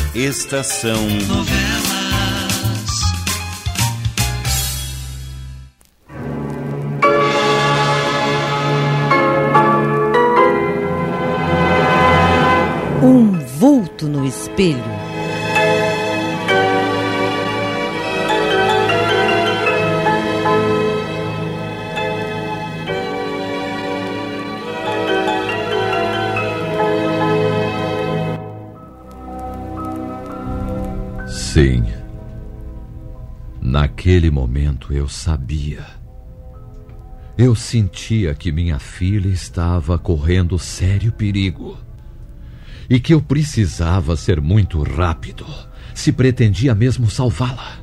Estação Novelas. Um vulto no espelho. Sim. Naquele momento eu sabia. Eu sentia que minha filha estava correndo sério perigo. E que eu precisava ser muito rápido, se pretendia mesmo salvá-la.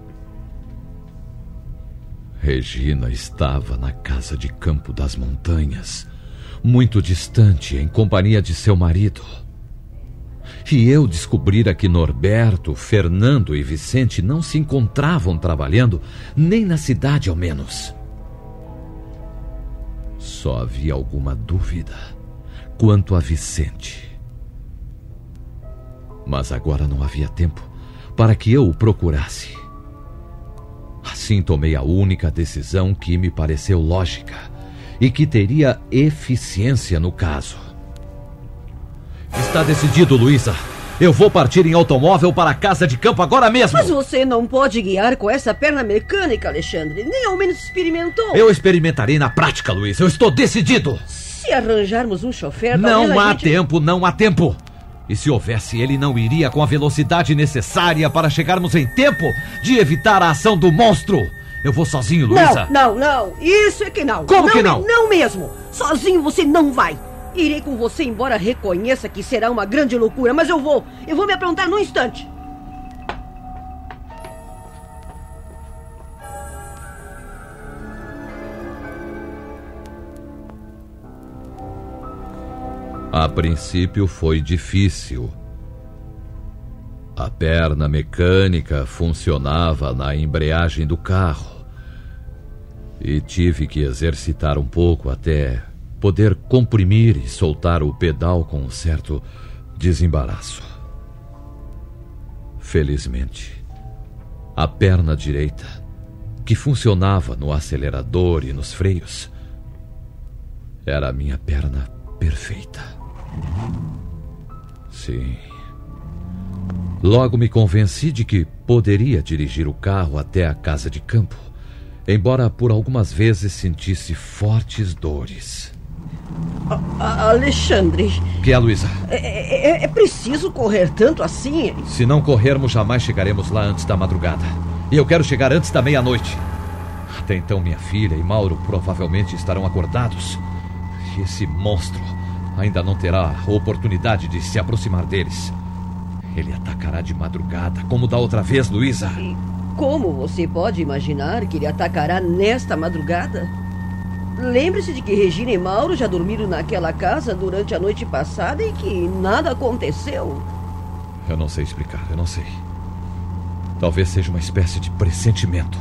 Regina estava na casa de campo das montanhas, muito distante, em companhia de seu marido. E eu descobrira que Norberto, Fernando e Vicente não se encontravam trabalhando, nem na cidade ao menos. Só havia alguma dúvida quanto a Vicente. Mas agora não havia tempo para que eu o procurasse. Assim tomei a única decisão que me pareceu lógica e que teria eficiência no caso. Está decidido, Luísa. Eu vou partir em automóvel para a casa de campo agora mesmo. Mas você não pode guiar com essa perna mecânica, Alexandre. Nem ao menos experimentou. Eu experimentarei na prática, Luísa. Eu estou decidido. Se arranjarmos um chofer... Não há tempo, não há tempo. E se houvesse, ele não iria com a velocidade necessária para chegarmos em tempo de evitar a ação do monstro. Eu vou sozinho, Luísa. Não. Isso é que não. Como que não? Não mesmo. Sozinho você não vai. Irei com você, embora reconheça que será uma grande loucura, mas eu vou me aprontar num instante. A princípio foi difícil. A perna mecânica funcionava na embreagem do carro e tive que exercitar um pouco até poder comprimir e soltar o pedal com um certo desembaraço. Felizmente, a perna direita, que funcionava no acelerador e nos freios, era a minha perna perfeita. Sim. Logo me convenci de que poderia dirigir o carro até a casa de campo, embora por algumas vezes sentisse fortes dores. Alexandre... Que é, Luísa? É preciso correr tanto assim? Se não corrermos, jamais chegaremos lá antes da madrugada. E eu quero chegar antes da meia-noite. Até então, minha filha e Mauro provavelmente estarão acordados. E esse monstro ainda não terá oportunidade de se aproximar deles. Ele atacará de madrugada, como da outra vez, Luísa. E como você pode imaginar que ele atacará nesta madrugada? Lembre-se de que Regina e Mauro já dormiram naquela casa durante a noite passada e que nada aconteceu. Eu não sei explicar, eu não sei. Talvez seja uma espécie de pressentimento.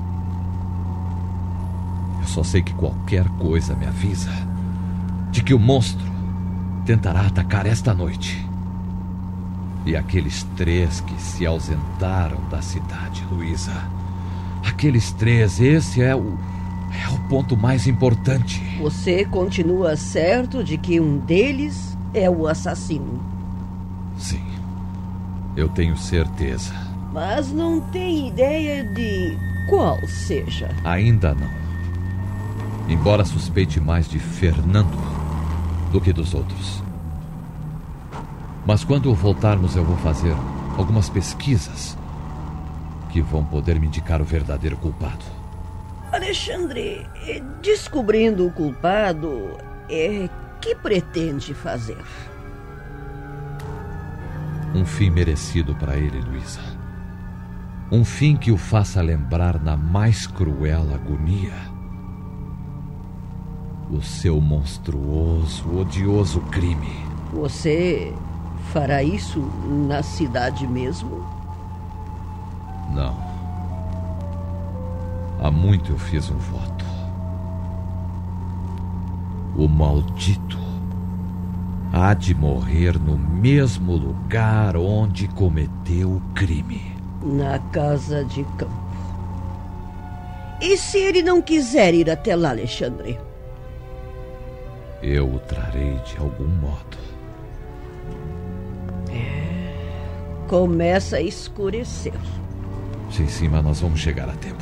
Eu só sei que qualquer coisa me avisa de que o monstro tentará atacar esta noite. E aqueles 3 que se ausentaram da cidade, Luísa. Aqueles 3, esse é o ponto mais importante. Você continua certo de que um deles é o assassino? Sim, eu tenho certeza. Mas não tem ideia de qual seja? Ainda não. Embora suspeite mais de Fernando do que dos outros. Mas quando voltarmos eu vou fazer algumas pesquisas que vão poder me indicar o verdadeiro culpado. Alexandre, descobrindo o culpado, que pretende fazer? Um fim merecido para ele, Luísa. Um fim que o faça lembrar na mais cruel agonia o seu monstruoso, odioso crime. Você fará isso na cidade mesmo? Não. Há muito eu fiz um voto. O maldito há de morrer no mesmo lugar onde cometeu o crime. Na casa de campo. E se ele não quiser ir até lá, Alexandre? Eu o trarei de algum modo. Começa a escurecer. Sim, mas nós vamos chegar a tempo.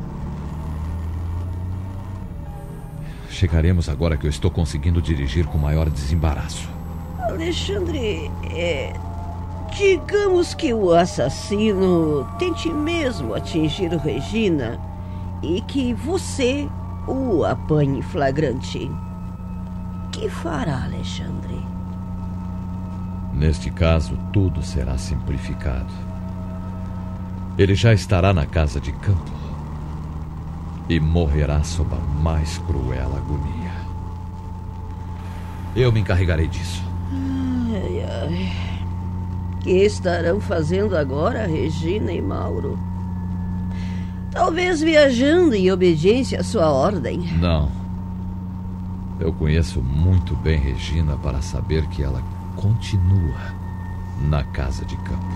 Chegaremos agora que eu estou conseguindo dirigir com maior desembaraço. Alexandre, digamos que o assassino tente mesmo atingir Regina e que você o apanhe flagrante. Que fará, Alexandre? Neste caso, tudo será simplificado. Ele já estará na casa de campo e morrerá sob a mais cruel agonia. Eu me encarregarei disso. Ai. Que estarão fazendo agora Regina e Mauro? Talvez viajando em obediência à sua ordem. Não. Eu conheço muito bem Regina para saber que ela continua na casa de campo.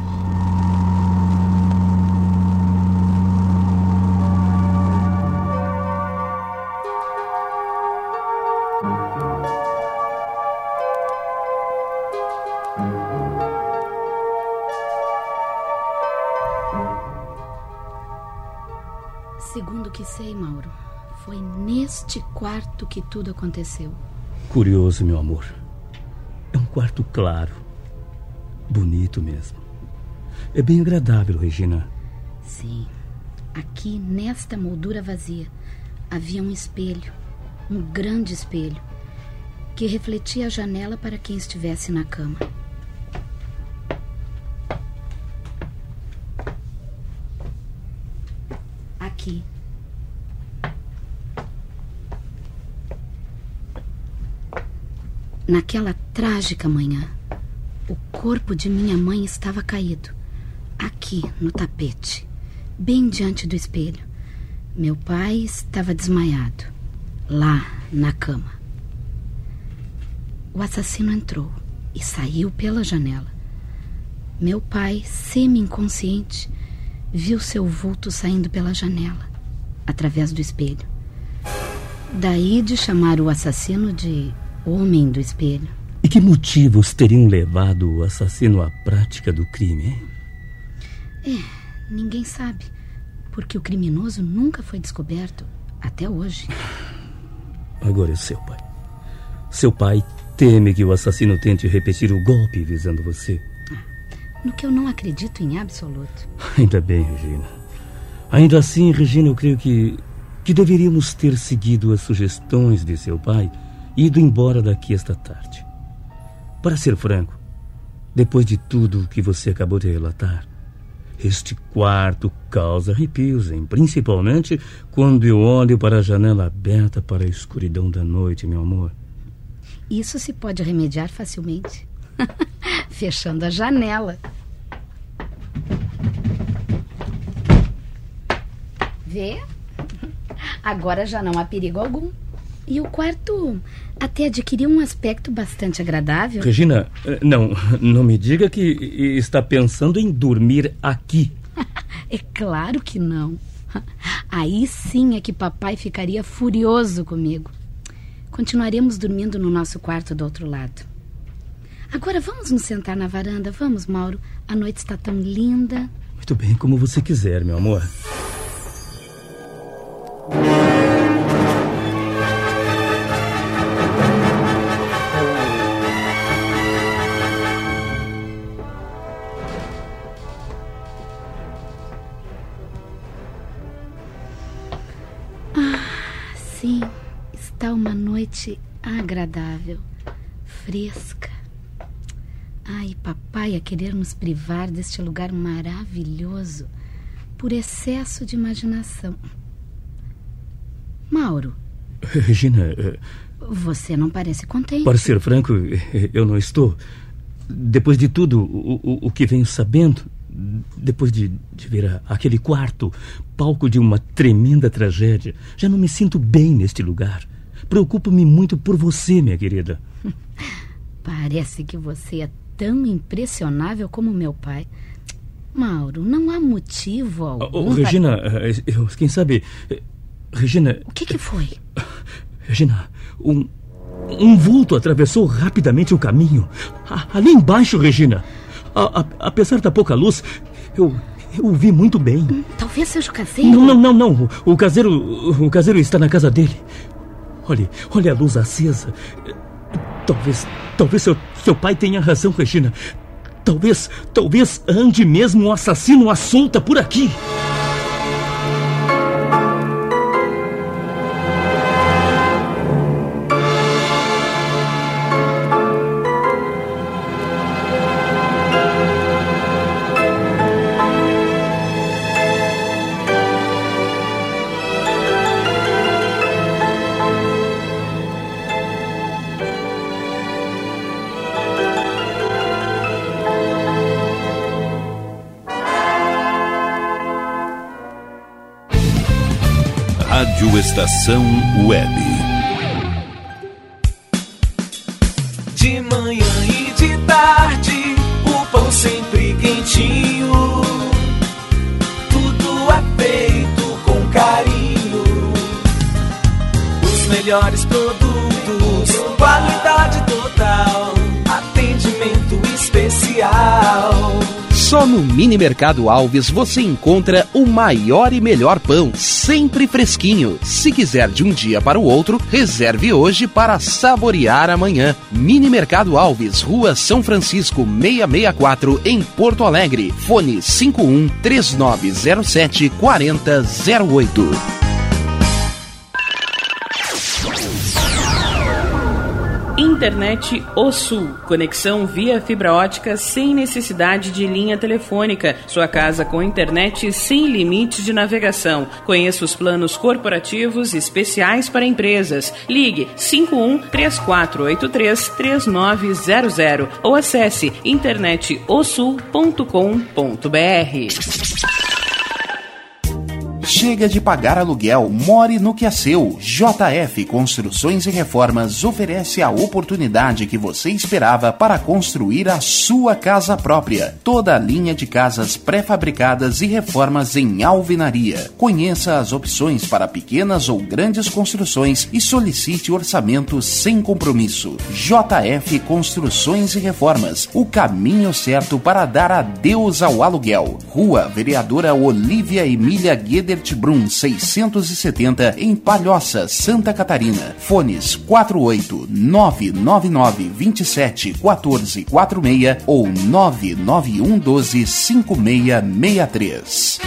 Segundo o que sei, Mauro, foi neste quarto que tudo aconteceu. Curioso, meu amor. É um quarto claro. Bonito mesmo. É bem agradável, Regina. Sim. Aqui, nesta moldura vazia, havia um espelho. Um grande espelho. Que refletia a janela para quem estivesse na cama. Aqui. Naquela trágica manhã, o corpo de minha mãe estava caído, aqui no tapete, bem diante do espelho. Meu pai estava desmaiado, lá na cama. O assassino entrou e saiu pela janela. Meu pai, semi-inconsciente, viu seu vulto saindo pela janela, através do espelho. Daí de chamar o assassino de homem do espelho. E que motivos teriam levado o assassino à prática do crime, hein? Ninguém sabe, porque o criminoso nunca foi descoberto, até hoje. Agora é seu pai. Seu pai teme que o assassino tente repetir o golpe visando você. No que eu não acredito em absoluto. Ainda bem, Regina. Ainda assim, Regina, eu creio que deveríamos ter seguido as sugestões de seu pai e ido embora daqui esta tarde. Para ser franco, depois de tudo que você acabou de relatar, este quarto causa arrepios, hein? Principalmente quando eu olho para a janela aberta para a escuridão da noite, meu amor. Isso se pode remediar facilmente. Fechando a janela. Vê? Agora já não há perigo algum. E o quarto até adquiriu um aspecto bastante agradável. Regina, não me diga que está pensando em dormir aqui. É claro que não. Aí sim é que papai ficaria furioso comigo. Continuaremos dormindo no nosso quarto do outro lado. Agora vamos nos sentar na varanda. Vamos, Mauro. A noite está tão linda. Muito bem, como você quiser, meu amor. Sim, está uma noite agradável, fresca. Ai, papai a querer nos privar deste lugar maravilhoso por excesso de imaginação. Mauro. Regina... Você não parece contente. Para ser franco, eu não estou. Depois de tudo o que venho sabendo, depois de ver aquele quarto, palco de uma tremenda tragédia, já não me sinto bem neste lugar. Preocupo-me muito por você, minha querida. Parece que você é tão impressionável como meu pai. Mauro, não há motivo algum... Regina, quem sabe... Regina... O que foi? Regina, um vulto atravessou rapidamente o caminho. Ali embaixo, Regina. Apesar da pouca luz, eu o vi muito bem. Talvez seja o caseiro. Não. O caseiro está na casa dele. Olha a luz acesa. Talvez seu pai tenha razão, Regina. Talvez ande mesmo um assassino à solta por aqui. Rádio Estação Web. De manhã e de tarde, o pão sempre quentinho. Tudo é feito com carinho. Os melhores produtos, qualidade total, atendimento especial. Só no Mini Mercado Alves você encontra o maior e melhor pão, sempre fresquinho. Se quiser de um dia para o outro, reserve hoje para saborear amanhã. Mini Mercado Alves, Rua São Francisco 664, em Porto Alegre. Fone 51-3907-4008. Internet O Sul. Conexão via fibra ótica sem necessidade de linha telefônica. Sua casa com internet sem limite de navegação. Conheça os planos corporativos especiais para empresas. Ligue 51-3483-3900 ou acesse internetosul.com.br. Chega de pagar aluguel, more no que é seu. JF Construções e Reformas oferece a oportunidade que você esperava para construir a sua casa própria. Toda a linha de casas pré-fabricadas e reformas em alvenaria. Conheça as opções para pequenas ou grandes construções e solicite orçamento sem compromisso. JF Construções e Reformas, o caminho certo para dar adeus ao aluguel. Rua Vereadora Olívia Emília Gueder Brum 670, em Palhoça, Santa Catarina. Fones 48999271446 ou 991125663.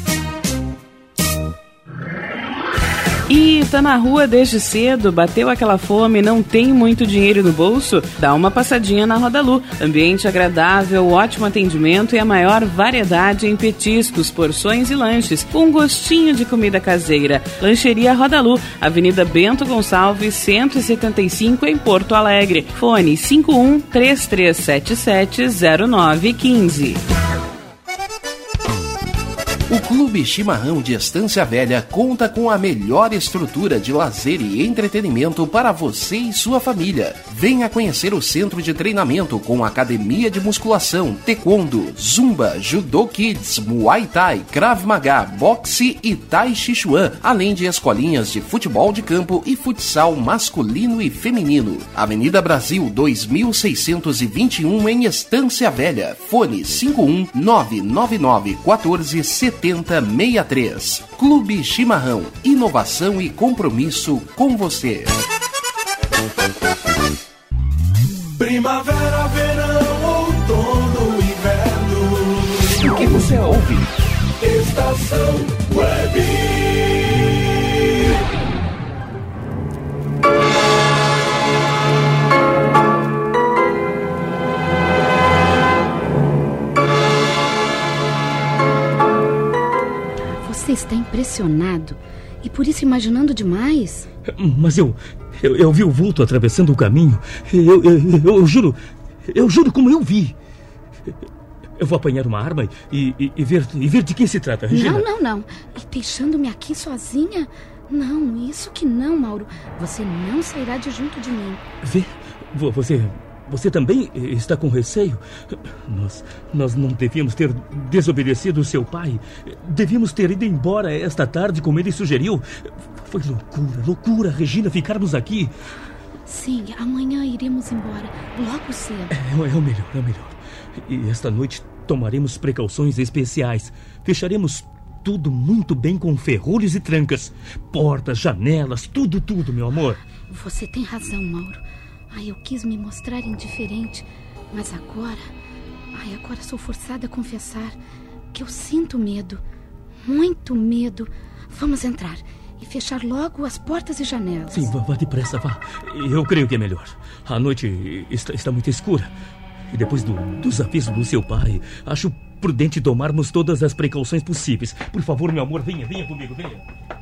E tá na rua desde cedo, bateu aquela fome, não tem muito dinheiro no bolso? Dá uma passadinha na Rodalu. Ambiente agradável, ótimo atendimento e a maior variedade em petiscos, porções e lanches, com gostinho de comida caseira. Lancheria Rodalu, Avenida Bento Gonçalves, 175, em Porto Alegre. Fone 51-3377-0915. O Clube Chimarrão de Estância Velha conta com a melhor estrutura de lazer e entretenimento para você e sua família. Venha conhecer o centro de treinamento com academia de musculação, taekwondo, zumba, judô kids, muay thai, krav maga, boxe e tai chi chuan, além de escolinhas de futebol de campo e futsal masculino e feminino. Avenida Brasil 2621, em Estância Velha. Fone 51-999-14-7063. Clube Chimarrão, inovação e compromisso com você. Primavera, verão, outono, inverno. O que você ouve? Estação Web. Você está impressionado e por isso imaginando demais? Mas eu vi o vulto atravessando o caminho. Eu juro como eu vi. Eu vou apanhar uma arma e ver de quem se trata, Regina. Não. E deixando-me aqui sozinha? Não, isso que não, Mauro. Você não sairá de junto de mim. Você também está com receio? Nós não devíamos ter desobedecido o seu pai. Devíamos ter ido embora esta tarde, como ele sugeriu. Foi loucura, Regina, ficarmos aqui. Sim, amanhã iremos embora, logo cedo. É o melhor. E esta noite tomaremos precauções especiais. Fecharemos tudo muito bem com ferrolhos e trancas. Portas, janelas, tudo, meu amor. Você tem razão, Mauro. Eu quis me mostrar indiferente, mas agora sou forçada a confessar que eu sinto medo, muito medo. Vamos entrar e fechar logo as portas e janelas. Sim, vá depressa, vá. Eu creio que é melhor. A noite está muito escura. E depois dos avisos do seu pai, acho prudente tomarmos todas as precauções possíveis. Por favor, meu amor, venha comigo, venha.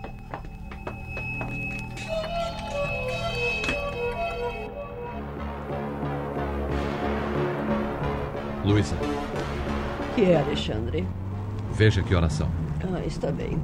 Luísa. Que é, Alexandre? Veja que horas são. Está bem.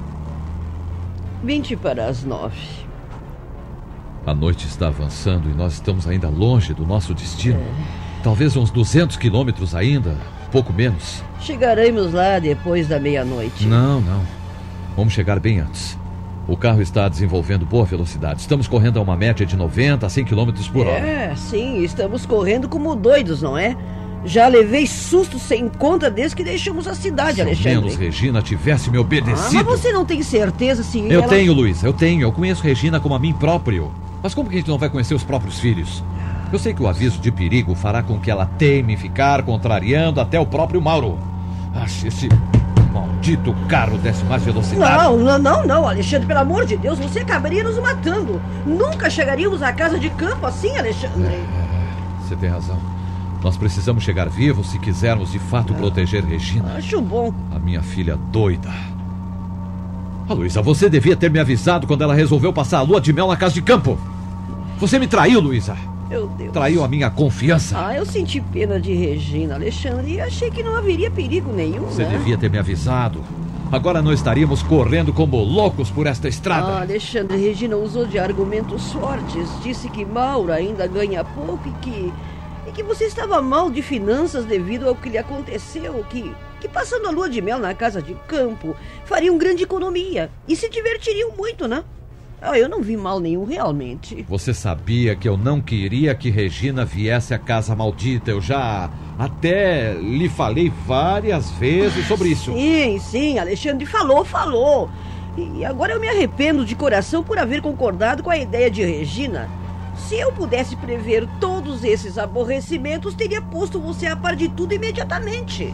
20:20. A noite está avançando e nós estamos ainda longe do nosso destino. Talvez uns 200 quilômetros ainda, pouco menos. Chegaremos lá depois da meia-noite. Não. Vamos chegar bem antes. O carro está desenvolvendo boa velocidade. Estamos correndo a uma média de 90 a 100 quilômetros por hora. Sim, estamos correndo como doidos, não é? Já levei susto sem conta desde que deixamos a cidade, Alexandre. Se ao menos Regina tivesse me obedecido. Mas você não tem certeza se Eu tenho, Luísa, eu tenho. Eu conheço Regina como a mim próprio. Mas como que a gente não vai conhecer os próprios filhos? Eu sei que o aviso de perigo fará com que ela teime ficar contrariando até o próprio Mauro. Se esse maldito carro desse mais velocidade... Não, Alexandre, pelo amor de Deus, você acabaria nos matando. Nunca chegaríamos à casa de campo assim, Alexandre. Você tem razão. Nós precisamos chegar vivos se quisermos de fato proteger Regina. Acho bom. A minha filha doida. Luísa, você devia ter me avisado quando ela resolveu passar a lua de mel na casa de campo. Você me traiu, Luísa. Meu Deus. Traiu a minha confiança. Eu senti pena de Regina, Alexandre, e achei que não haveria perigo nenhum. Você devia ter me avisado. Agora não estaríamos correndo como loucos por esta estrada. Alexandre, Regina usou de argumentos fortes. Disse que Mauro ainda ganha pouco e que você estava mal de finanças devido ao que lhe aconteceu, que passando a lua de mel na casa de campo fariam grande economia e se divertiriam muito, né? Eu não vi mal nenhum, realmente. Você sabia que eu não queria que Regina viesse à casa maldita. Eu já até lhe falei várias vezes sobre isso. Sim, Alexandre falou. E agora eu me arrependo de coração por haver concordado com a ideia de Regina. Se eu pudesse prever todos esses aborrecimentos, teria posto você a par de tudo imediatamente.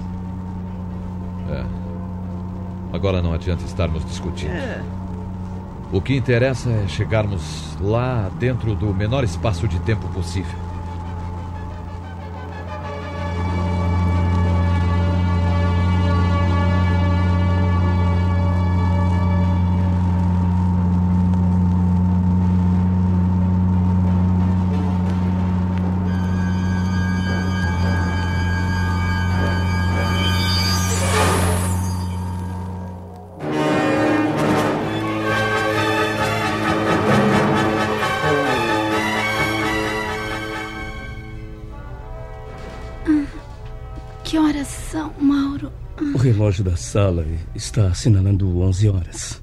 Agora não adianta estarmos discutindo. O que interessa é chegarmos lá dentro do menor espaço de tempo possível. Que horas são, Mauro? O relógio da sala está assinalando 11 horas.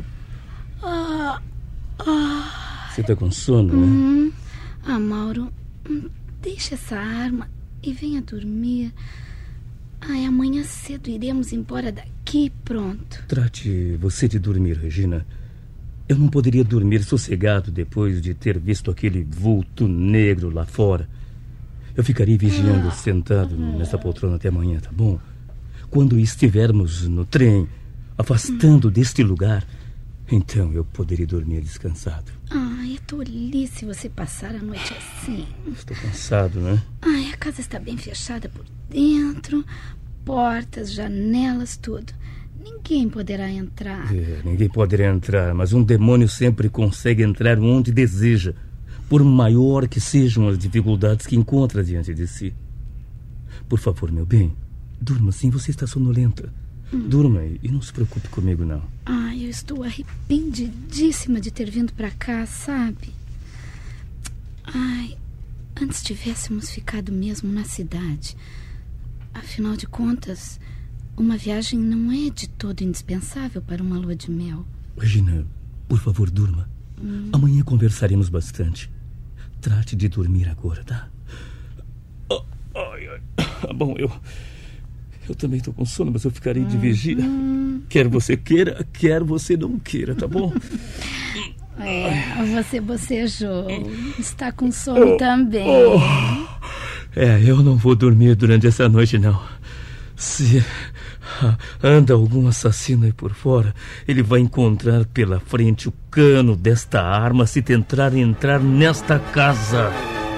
Você está com sono, né? Mauro, deixa essa arma e venha dormir. Amanhã cedo iremos embora daqui, pronto. Trate você de dormir, Regina. Eu não poderia dormir sossegado depois de ter visto aquele vulto negro lá fora. Eu ficaria vigiando, sentado nessa poltrona até amanhã, tá bom? Quando estivermos no trem, afastando deste lugar, então eu poderia dormir descansado. É tolice você passar a noite assim. Estou cansado, né? A casa está bem fechada por dentro. Portas, janelas, tudo. Ninguém poderá entrar. Ninguém poderá entrar, mas um demônio sempre consegue entrar onde deseja, por maior que sejam as dificuldades que encontra diante de si. Por favor, meu bem, durma sim, você está sonolenta. Durma e não se preocupe comigo, não. Eu estou arrependidíssima de ter vindo para cá, sabe? antes tivéssemos ficado mesmo na cidade. Afinal de contas, uma viagem não é de todo indispensável para uma lua de mel. Regina, por favor, durma. Amanhã conversaremos bastante. Trate de dormir agora, tá? Bom, eu também estou com sono, mas eu ficarei de vigia. Quer você queira, quer você não queira, tá bom? Você bocejou. Está com sono também. Eu não vou dormir durante essa noite, não. Se anda algum assassino aí por fora, ele vai encontrar pela frente o cano desta arma se tentar entrar nesta casa.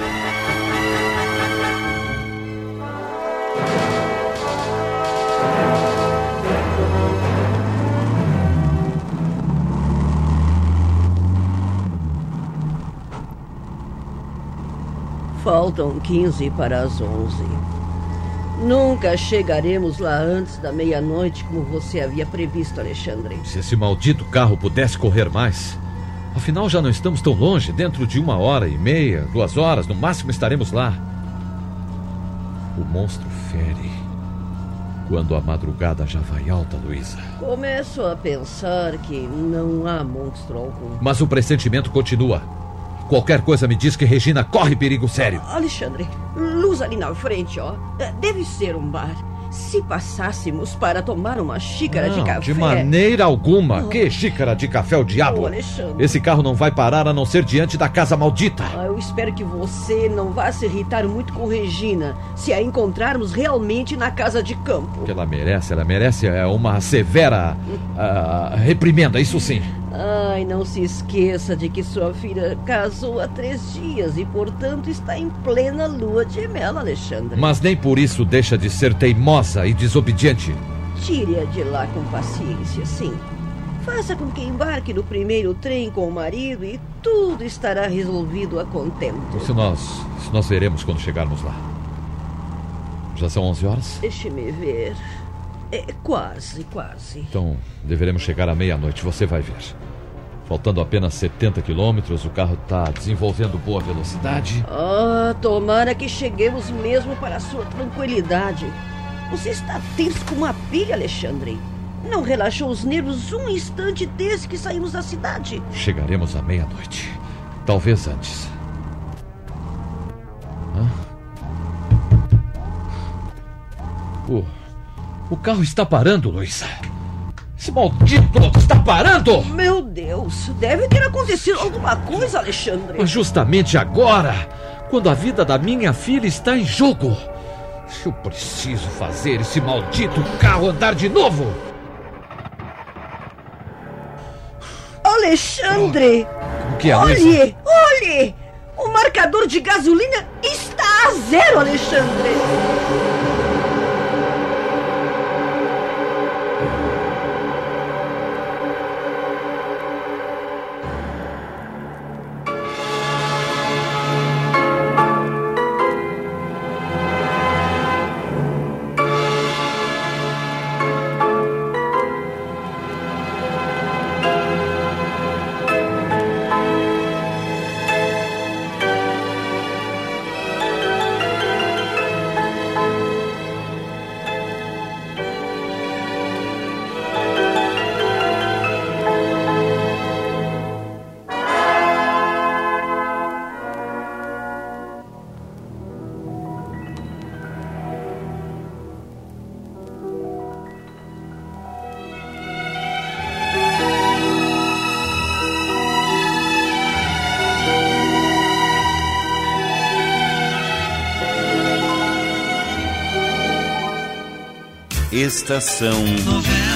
Faltam 15 para as 11. Nunca chegaremos lá antes da meia-noite, como você havia previsto, Alexandre. Se esse maldito carro pudesse correr mais. Afinal, já não estamos tão longe. Dentro de 1h30, 2 horas, no máximo estaremos lá. O monstro fere quando a madrugada já vai alta, Luísa. Começo a pensar que não há monstro algum. Mas o pressentimento continua. Qualquer coisa me diz que Regina corre perigo sério. Alexandre, luz ali na frente, ó. Deve ser um bar. Se passássemos para tomar uma xícara de café... De maneira alguma. Que xícara de café, o diabo? Alexandre. Esse carro não vai parar a não ser diante da casa maldita. Eu espero que você não vá se irritar muito com Regina se a encontrarmos realmente na casa de campo. O que ela merece é uma severa reprimenda, isso sim. Ai, não se esqueça de que sua filha casou há 3 dias e, portanto, está em plena lua de mel, Alexandre. Mas nem por isso deixa de ser teimosa e desobediente. Tire-a de lá com paciência, sim. Faça com que embarque no primeiro trem com o marido e tudo estará resolvido a contento. Isso nós veremos quando chegarmos lá. Já são 11 horas? Deixe-me ver. Quase. Então, deveremos chegar à meia-noite, você vai ver. Faltando apenas 70 quilômetros, o carro está desenvolvendo boa velocidade. Tomara que cheguemos mesmo para a sua tranquilidade. Você está tenso como uma pilha, Alexandre. Não relaxou os nervos um instante desde que saímos da cidade. Chegaremos à meia-noite. Talvez antes. O carro está parando, Luísa. Esse maldito está parando! Meu Deus, deve ter acontecido alguma coisa, Alexandre. Mas justamente agora, quando a vida da minha filha está em jogo. Eu preciso fazer esse maldito carro andar de novo. Alexandre! O que é, Luísa? Olhe! O marcador de gasolina está a 0, Alexandre! Estação Novela.